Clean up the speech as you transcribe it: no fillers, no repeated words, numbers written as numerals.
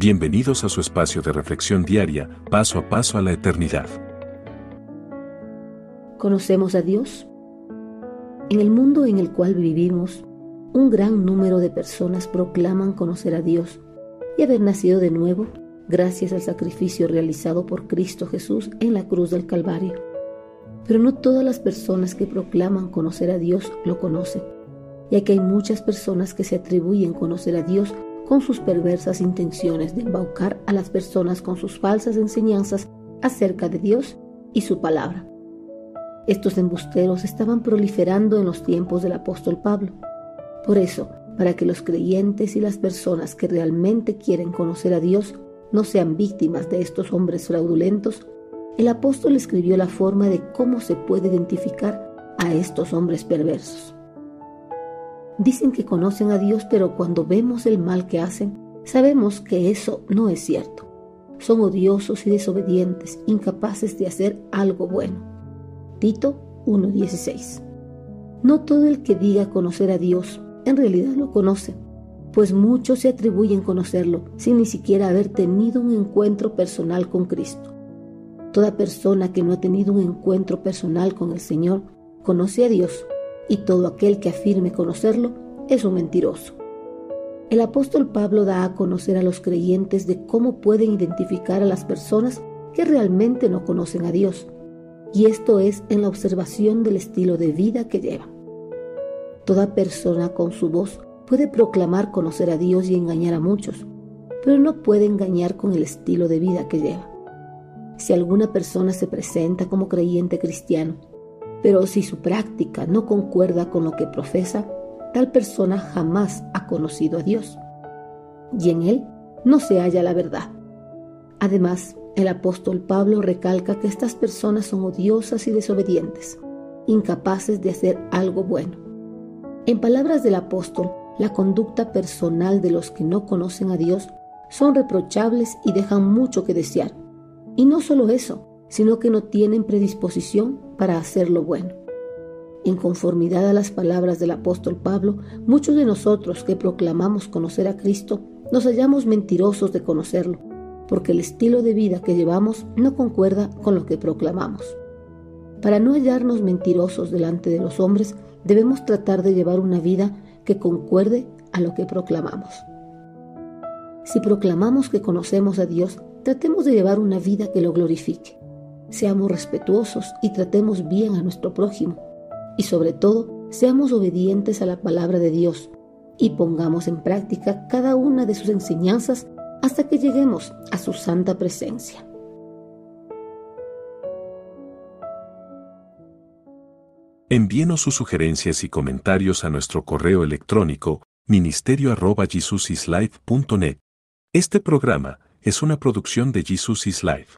Bienvenidos a su espacio de reflexión diaria, paso a paso a la eternidad. ¿Conocemos a Dios? En el mundo en el cual vivimos, un gran número de personas proclaman conocer a Dios y haber nacido de nuevo gracias al sacrificio realizado por Cristo Jesús en la cruz del Calvario. Pero no todas las personas que proclaman conocer a Dios lo conocen, ya que hay muchas personas que se atribuyen conocer a Dios con sus perversas intenciones de embaucar a las personas con sus falsas enseñanzas acerca de Dios y su palabra. Estos embusteros estaban proliferando en los tiempos del apóstol Pablo. Por eso, para que los creyentes y las personas que realmente quieren conocer a Dios no sean víctimas de estos hombres fraudulentos, el apóstol escribió la forma de cómo se puede identificar a estos hombres perversos. Dicen que conocen a Dios, pero cuando vemos el mal que hacen, sabemos que eso no es cierto. Son odiosos y desobedientes, incapaces de hacer algo bueno. Tito 1:16. No todo el que diga conocer a Dios en realidad lo conoce, pues muchos se atribuyen conocerlo sin ni siquiera haber tenido un encuentro personal con Cristo. Toda persona que no ha tenido un encuentro personal con el Señor conoce a Dios, y todo aquel que afirme conocerlo es un mentiroso. El apóstol Pablo da a conocer a los creyentes de cómo pueden identificar a las personas que realmente no conocen a Dios, y esto es en la observación del estilo de vida que llevan. Toda persona con su voz puede proclamar conocer a Dios y engañar a muchos, pero no puede engañar con el estilo de vida que lleva. Si alguna persona se presenta como creyente cristiano, pero si su práctica no concuerda con lo que profesa, tal persona jamás ha conocido a Dios, y en él no se halla la verdad. Además, el apóstol Pablo recalca que estas personas son odiosas y desobedientes, incapaces de hacer algo bueno. En palabras del apóstol, la conducta personal de los que no conocen a Dios son reprochables y dejan mucho que desear. Y no solo eso, sino que no tienen predisposición para hacer lo bueno. En conformidad a las palabras del apóstol Pablo, muchos de nosotros que proclamamos conocer a Cristo nos hallamos mentirosos de conocerlo, porque el estilo de vida que llevamos no concuerda con lo que proclamamos. Para no hallarnos mentirosos delante de los hombres, debemos tratar de llevar una vida que concuerde a lo que proclamamos. Si proclamamos que conocemos a Dios, tratemos de llevar una vida que lo glorifique. Seamos respetuosos y tratemos bien a nuestro prójimo. Y sobre todo, seamos obedientes a la palabra de Dios y pongamos en práctica cada una de sus enseñanzas hasta que lleguemos a su santa presencia. Envíenos sus sugerencias y comentarios a nuestro correo electrónico ministerio@jesusislife.net. Este programa es una producción de Jesus is Life.